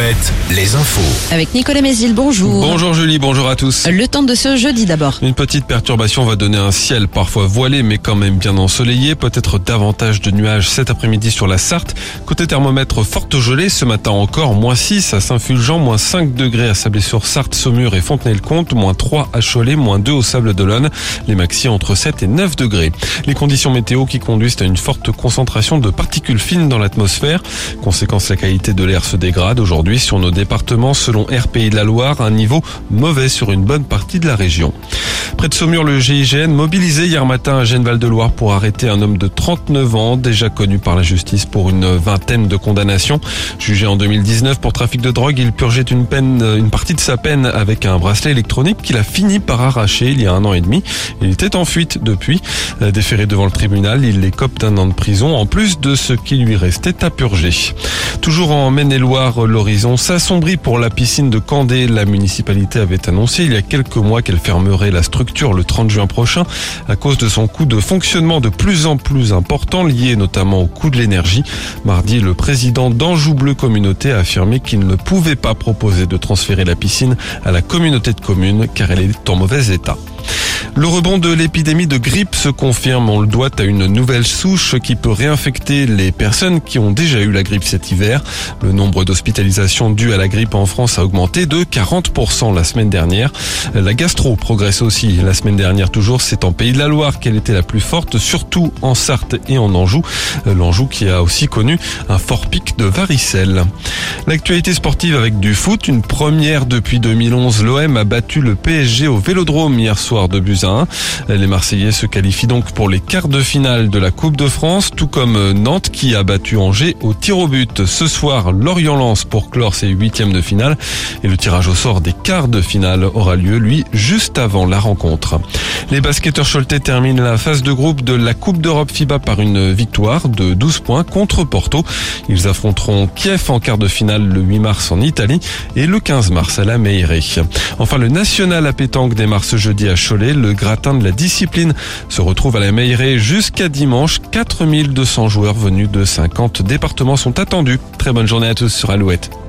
Alouette, les infos. Avec Nicolas Mézil, bonjour. Bonjour Julie, bonjour à tous. Le temps de ce jeudi d'abord. Une petite perturbation va donner un ciel parfois voilé mais quand même bien ensoleillé. Peut-être davantage de nuages cet après-midi sur la Sarthe. Côté thermomètre, forte gelée ce matin encore. -6 à Saint-Fulgent, -5 degrés à Sablé-sur-Sarthe, Saumur et Fontenay-le-Comte, -3 à Cholet, -2 au Sable-d'Olonne. Les maxi entre 7 et 9 degrés. Les conditions météo qui conduisent à une forte concentration de particules fines dans l'atmosphère. Conséquence, la qualité de l'air se dégrade aujourd'hui sur nos départements. Selon RPI de la Loire, un niveau mauvais sur une bonne partie de la région. Près de Saumur, le GIGN mobilisé hier matin à Genneval-de-Loire pour arrêter un homme de 39 ans, déjà connu par la justice pour une vingtaine de condamnations. Jugé en 2019 pour trafic de drogue, il purgeait une partie de sa peine avec un bracelet électronique qu'il a fini par arracher il y a 1 an et demi. Il était en fuite depuis. Déféré devant le tribunal, il écope d'1 an de prison en plus de ce qui lui restait à purger. Toujours en Maine-et-Loire, l'horizon s'assombrit pour la piscine de Candé. La municipalité avait annoncé il y a quelques mois qu'elle fermerait la structure le 30 juin prochain à cause de son coût de fonctionnement de plus en plus important, lié notamment au coût de l'énergie. Mardi, le président d'Anjou Bleu Communauté a affirmé qu'il ne pouvait pas proposer de transférer la piscine à la communauté de communes car elle est en mauvais état. Le rebond de l'épidémie de grippe se confirme. On le doit à une nouvelle souche qui peut réinfecter les personnes qui ont déjà eu la grippe cet hiver. Le nombre d'hospitalisations dues à la grippe en France a augmenté de 40% la semaine dernière. La gastro progresse aussi. La semaine dernière toujours, c'est en Pays de la Loire qu'elle était la plus forte, surtout en Sarthe et en Anjou. L'Anjou qui a aussi connu un fort pic de varicelle. L'actualité sportive avec du foot. Une première depuis 2011. L'OM a battu le PSG au Vélodrome hier soir 2-1. Les Marseillais se qualifient donc pour les quarts de finale de la Coupe de France, tout comme Nantes qui a battu Angers au tir au but. Ce soir, Lorient-Lens pour clore ses 8e de finale et le tirage au sort des quarts de finale aura lieu, lui, juste avant la rencontre. Les basketteurs choletais terminent la phase de groupe de la Coupe d'Europe FIBA par une victoire de 12 points contre Porto. Ils affronteront Kiev en quart de finale le 8 mars en Italie et le 15 mars à la Meirée. Enfin, le national à pétanque démarre ce jeudi à Cholet. Le gratin de la discipline se retrouve à la Meirée jusqu'à dimanche. 4200 joueurs venus de 50 départements sont attendus. Très bonne journée à tous sur Alouette.